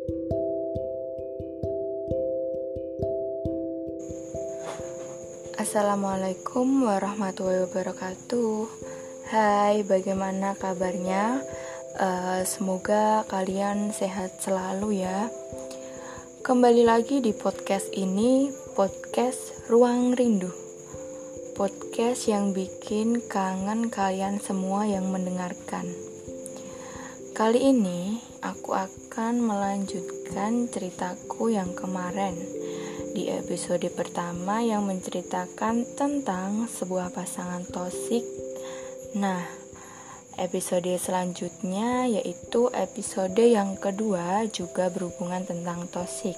Assalamualaikum warahmatullahi wabarakatuh. Hai, bagaimana kabarnya? Semoga kalian sehat selalu ya. Kembali lagi di podcast ini, podcast Ruang Rindu. Podcast yang bikin kangen kalian semua yang mendengarkan. Kali ini aku akan melanjutkan ceritaku yang kemarin di episode pertama yang menceritakan tentang sebuah pasangan toksik. Nah, episode selanjutnya yaitu episode yang kedua juga berhubungan tentang toksik.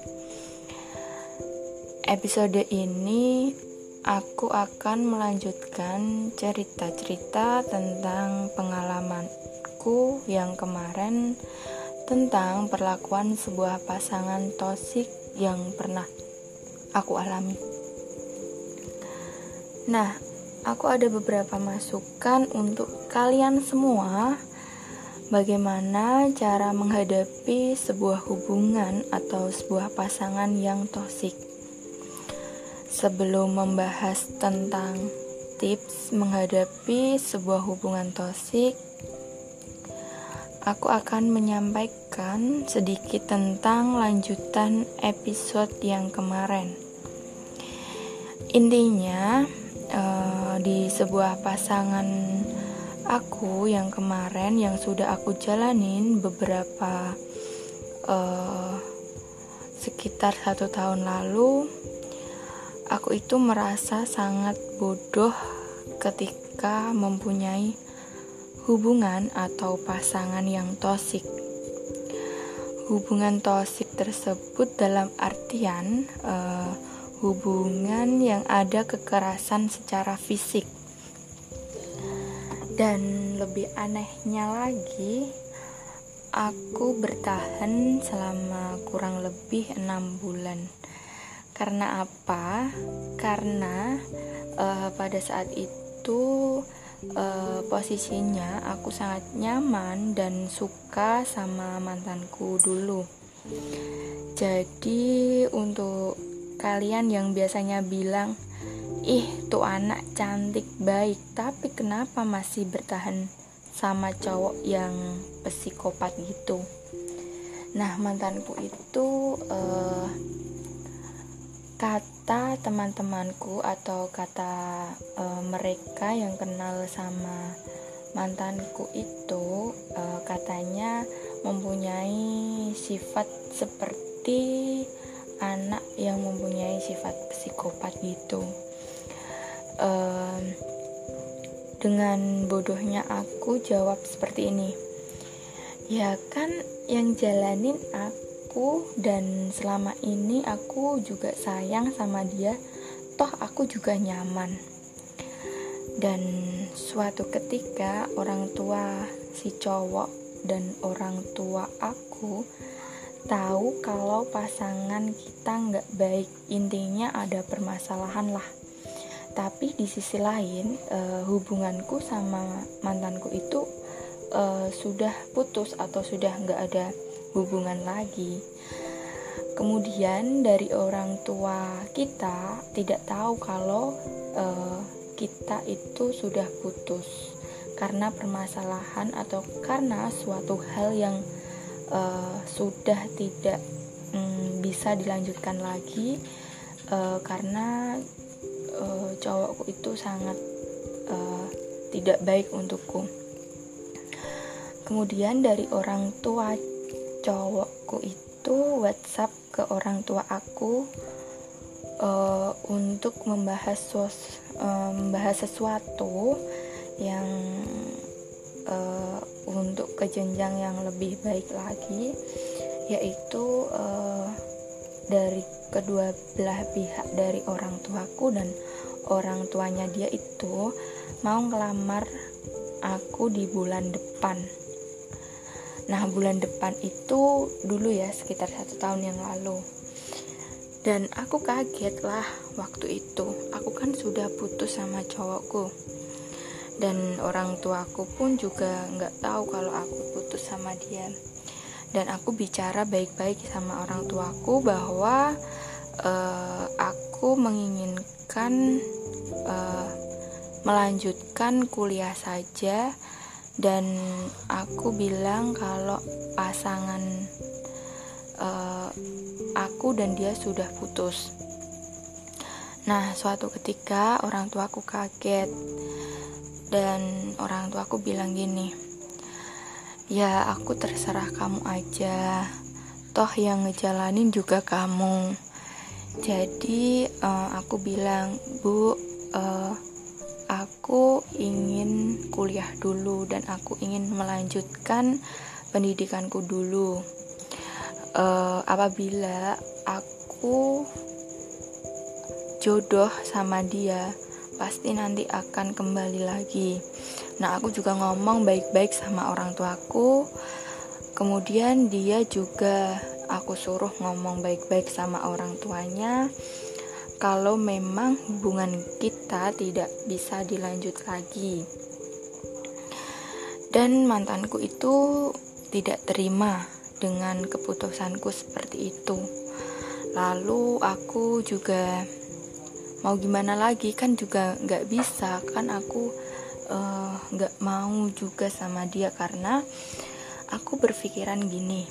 Episode ini aku akan melanjutkan cerita-cerita tentang pengalamanku yang kemarin tentang perlakuan sebuah pasangan toksik yang pernah aku alami. Nah, aku ada beberapa masukan untuk kalian semua bagaimana cara menghadapi sebuah hubungan atau sebuah pasangan yang toksik. Sebelum membahas tentang tips menghadapi sebuah hubungan toksik, aku akan menyampaikan sedikit tentang lanjutan episode yang kemarin. Intinya, di sebuah pasangan aku yang kemarin yang sudah aku jalanin beberapa sekitar 1 tahun lalu, aku itu merasa sangat bodoh ketika mempunyai hubungan atau pasangan yang toksik. Hubungan toksik tersebut dalam artian hubungan yang ada kekerasan secara fisik. Dan lebih anehnya lagi, aku bertahan selama kurang lebih 6 bulan. Karena apa? Karena pada saat itu posisinya aku sangat nyaman dan suka sama mantanku dulu. Jadi untuk kalian yang biasanya bilang, ih tuh anak cantik baik, tapi kenapa masih bertahan sama cowok yang psikopat gitu? Nah, mantanku itu kata teman-temanku atau kata mereka yang kenal sama mantanku itu katanya mempunyai sifat seperti anak yang mempunyai sifat psikopat gitu. Dengan bodohnya aku jawab seperti ini, ya kan yang jalanin aku, dan selama ini aku juga sayang sama dia, toh aku juga nyaman. Dan suatu ketika orang tua si cowok dan orang tua aku tahu kalau pasangan kita nggak baik, intinya ada permasalahan lah. Tapi di sisi lain hubunganku sama mantanku itu sudah putus atau sudah nggak ada hubungan lagi. Kemudian dari orang tua kita tidak tahu kalau kita itu sudah putus karena permasalahan atau karena suatu hal yang sudah tidak bisa dilanjutkan lagi karena cowokku itu sangat tidak baik untukku. Kemudian dari orang tua cowokku itu WhatsApp ke orang tua aku untuk membahas sesuatu yang untuk ke jenjang yang lebih baik lagi, yaitu dari kedua belah pihak, dari orang tuaku dan orang tuanya dia itu mau ngelamar aku di bulan depan. Nah, bulan depan itu dulu ya, sekitar 1 tahun yang lalu. Dan aku kaget lah waktu itu. Aku kan sudah putus sama cowokku. Dan orang tuaku pun juga gak tahu kalau aku putus sama dia. dan aku bicara baik-baik sama orang tuaku bahwa aku menginginkan melanjutkan kuliah saja, dan aku bilang kalau pasangan aku dan dia sudah putus. Nah, suatu ketika orang tuaku kaget dan orang tuaku bilang gini, ya aku terserah kamu aja, toh yang ngejalanin juga kamu. Jadi aku bilang, Bu, aku ingin kuliah dulu dan aku ingin melanjutkan pendidikanku dulu. Apabila aku jodoh sama dia, pasti nanti akan kembali lagi. Nah, aku juga ngomong baik-baik sama orang tuaku. Kemudian dia juga aku suruh ngomong baik-baik sama orang tuanya kalau memang hubungan kita tidak bisa dilanjut lagi. Dan mantanku itu tidak terima dengan keputusanku seperti itu. Lalu aku juga mau gimana lagi, kan juga gak bisa, kan aku gak mau juga sama dia, karena aku berpikiran gini,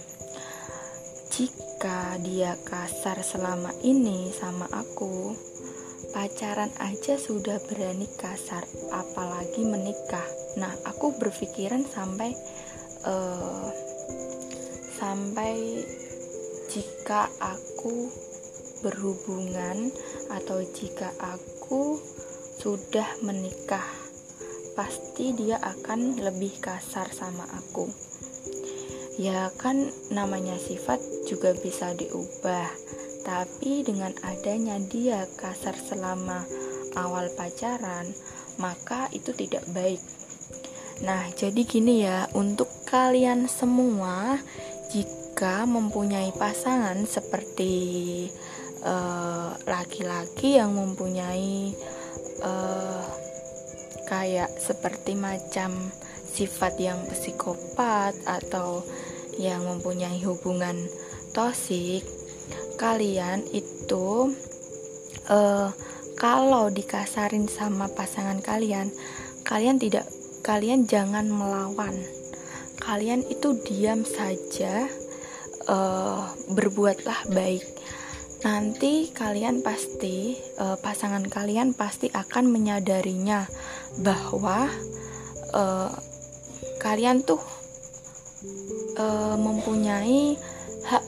jika dia kasar selama ini sama aku, pacaran aja sudah berani kasar, apalagi menikah. Nah, aku berpikiran sampai jika aku berhubungan atau jika aku sudah menikah, pasti dia akan lebih kasar sama aku. Ya kan, namanya sifat juga bisa diubah, tapi dengan adanya dia kasar selama awal pacaran, maka itu tidak baik. Nah, jadi gini ya, untuk kalian semua, jika mempunyai pasangan seperti laki-laki yang mempunyai kayak seperti macam sifat yang psikopat atau yang mempunyai hubungan toksik, kalian itu kalau dikasarin sama pasangan kalian jangan melawan. Kalian itu diam saja, berbuatlah baik. Nanti kalian pasti, pasangan kalian pasti akan menyadarinya bahwa kalian tuh mempunyai hak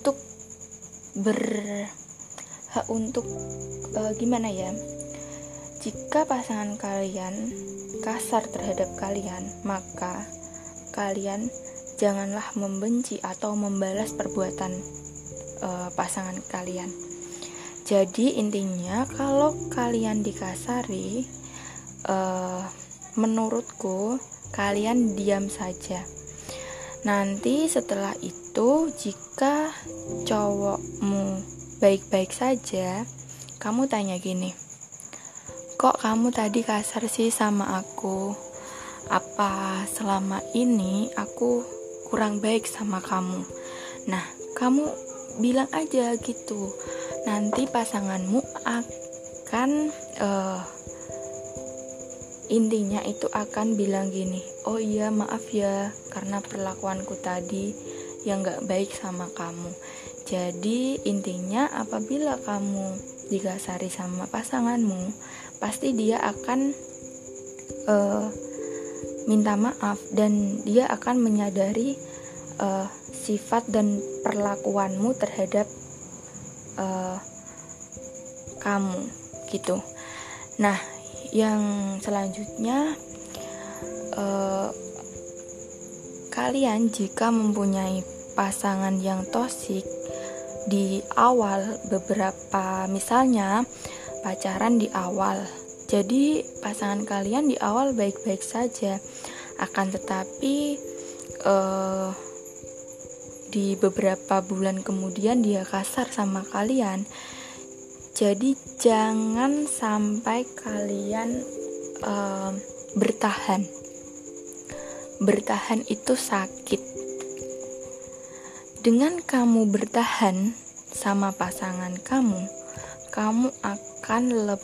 untuk gimana ya? Jika pasangan kalian kasar terhadap kalian, maka kalian janganlah membenci atau membalas perbuatan pasangan kalian. Jadi intinya, kalau kalian dikasari, menurutku kalian diam saja. Nanti setelah itu, jika cowokmu baik-baik saja, kamu tanya gini, kok kamu tadi kasar sih sama aku? Apa selama ini aku kurang baik sama kamu? Nah, kamu bilang aja gitu. Nanti pasanganmu akan intinya itu akan bilang gini, oh iya maaf ya karena perlakuanku tadi yang gak baik sama kamu. Jadi intinya, apabila kamu dikasari sama pasanganmu, pasti dia akan minta maaf dan dia akan menyadari sifat dan perlakuanmu terhadap kamu gitu. Nah, yang selanjutnya, kalian jika mempunyai pasangan yang toksik di awal, beberapa misalnya pacaran di awal, jadi pasangan kalian di awal baik-baik saja, akan tetapi di beberapa bulan kemudian dia kasar sama kalian. Jadi jangan sampai kalian bertahan itu sakit. Dengan kamu bertahan sama pasangan kamu akan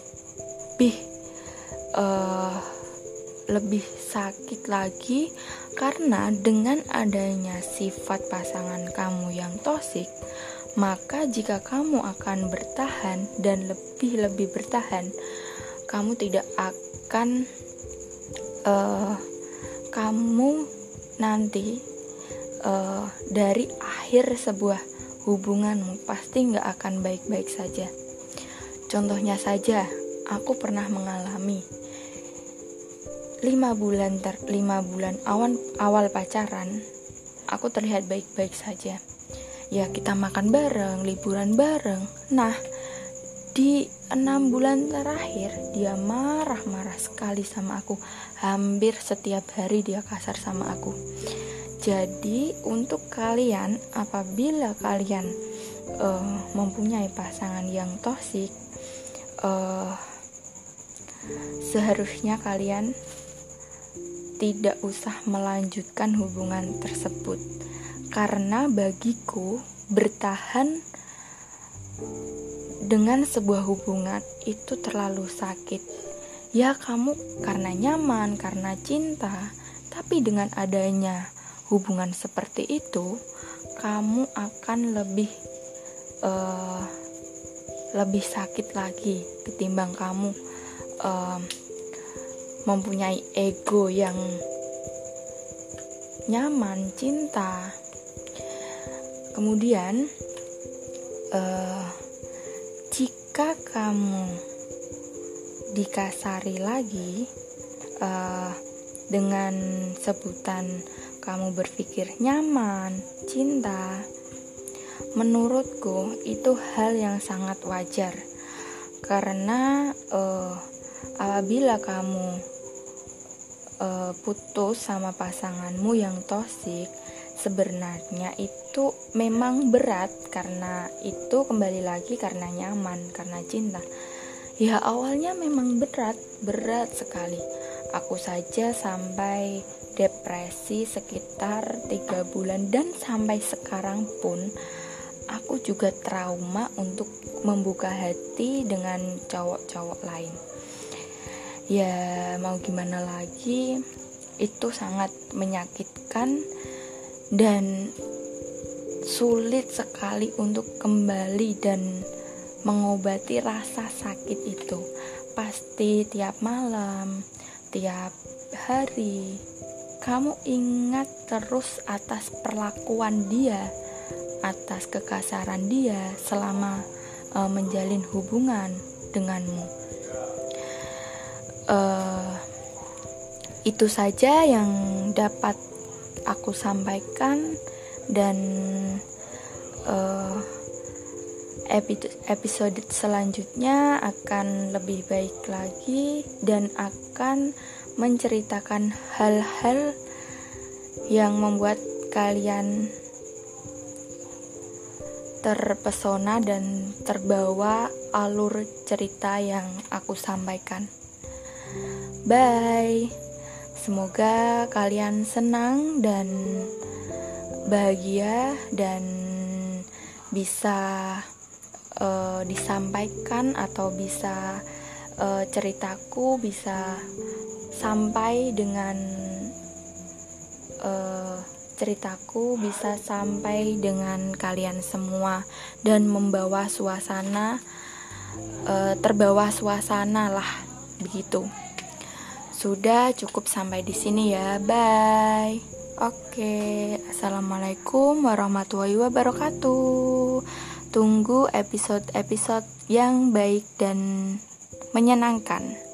lebih sakit lagi, karena dengan adanya sifat pasangan kamu yang toksik, maka jika kamu akan bertahan dan lebih bertahan, kamu tidak akan kamu nanti dari akhir sebuah hubunganmu pasti gak akan baik-baik saja. Contohnya saja, aku pernah mengalami 5 bulan awal pacaran, aku terlihat baik-baik saja. Ya, kita makan bareng, liburan bareng. Nah, di 6 bulan terakhir dia marah-marah sekali sama aku. Hampir setiap hari dia kasar sama aku. Jadi untuk kalian, apabila kalian mempunyai pasangan yang toksik, seharusnya kalian tidak usah melanjutkan hubungan tersebut. Karena bagiku bertahan dengan sebuah hubungan itu terlalu sakit. Ya, kamu karena nyaman, karena cinta, tapi dengan adanya hubungan seperti itu, kamu akan lebih sakit lagi ketimbang kamu mempunyai ego yang nyaman, cinta. Kemudian jika kamu dikasari lagi dengan sebutan kamu berpikir nyaman, cinta, menurutku itu hal yang sangat wajar. Karena apabila kamu putus sama pasanganmu yang toksik, sebenarnya itu memang berat, karena itu kembali lagi karena nyaman, karena cinta. Ya, awalnya memang berat sekali. Aku saja sampai depresi sekitar 3 bulan, dan sampai sekarang pun aku juga trauma untuk membuka hati dengan cowok-cowok lain. Ya, mau gimana lagi, itu sangat menyakitkan dan sulit sekali untuk kembali dan mengobati rasa sakit itu. Pasti tiap malam, tiap hari kamu ingat terus atas perlakuan dia, atas kekasaran dia selama menjalin hubungan denganmu. Itu saja yang dapat aku sampaikan, dan episode selanjutnya akan lebih baik lagi dan akan menceritakan hal-hal yang membuat kalian terpesona dan terbawa alur cerita yang aku sampaikan. Bye. Semoga kalian senang dan bahagia, dan bisa disampaikan atau bisa ceritaku bisa sampai dengan ceritaku bisa sampai dengan kalian semua dan membawa suasana, terbawa suasana lah, begitu. Sudah cukup sampai di sini ya. Bye. Oke, assalamualaikum warahmatullahi wabarakatuh. Tunggu episode-episode yang baik dan menyenangkan.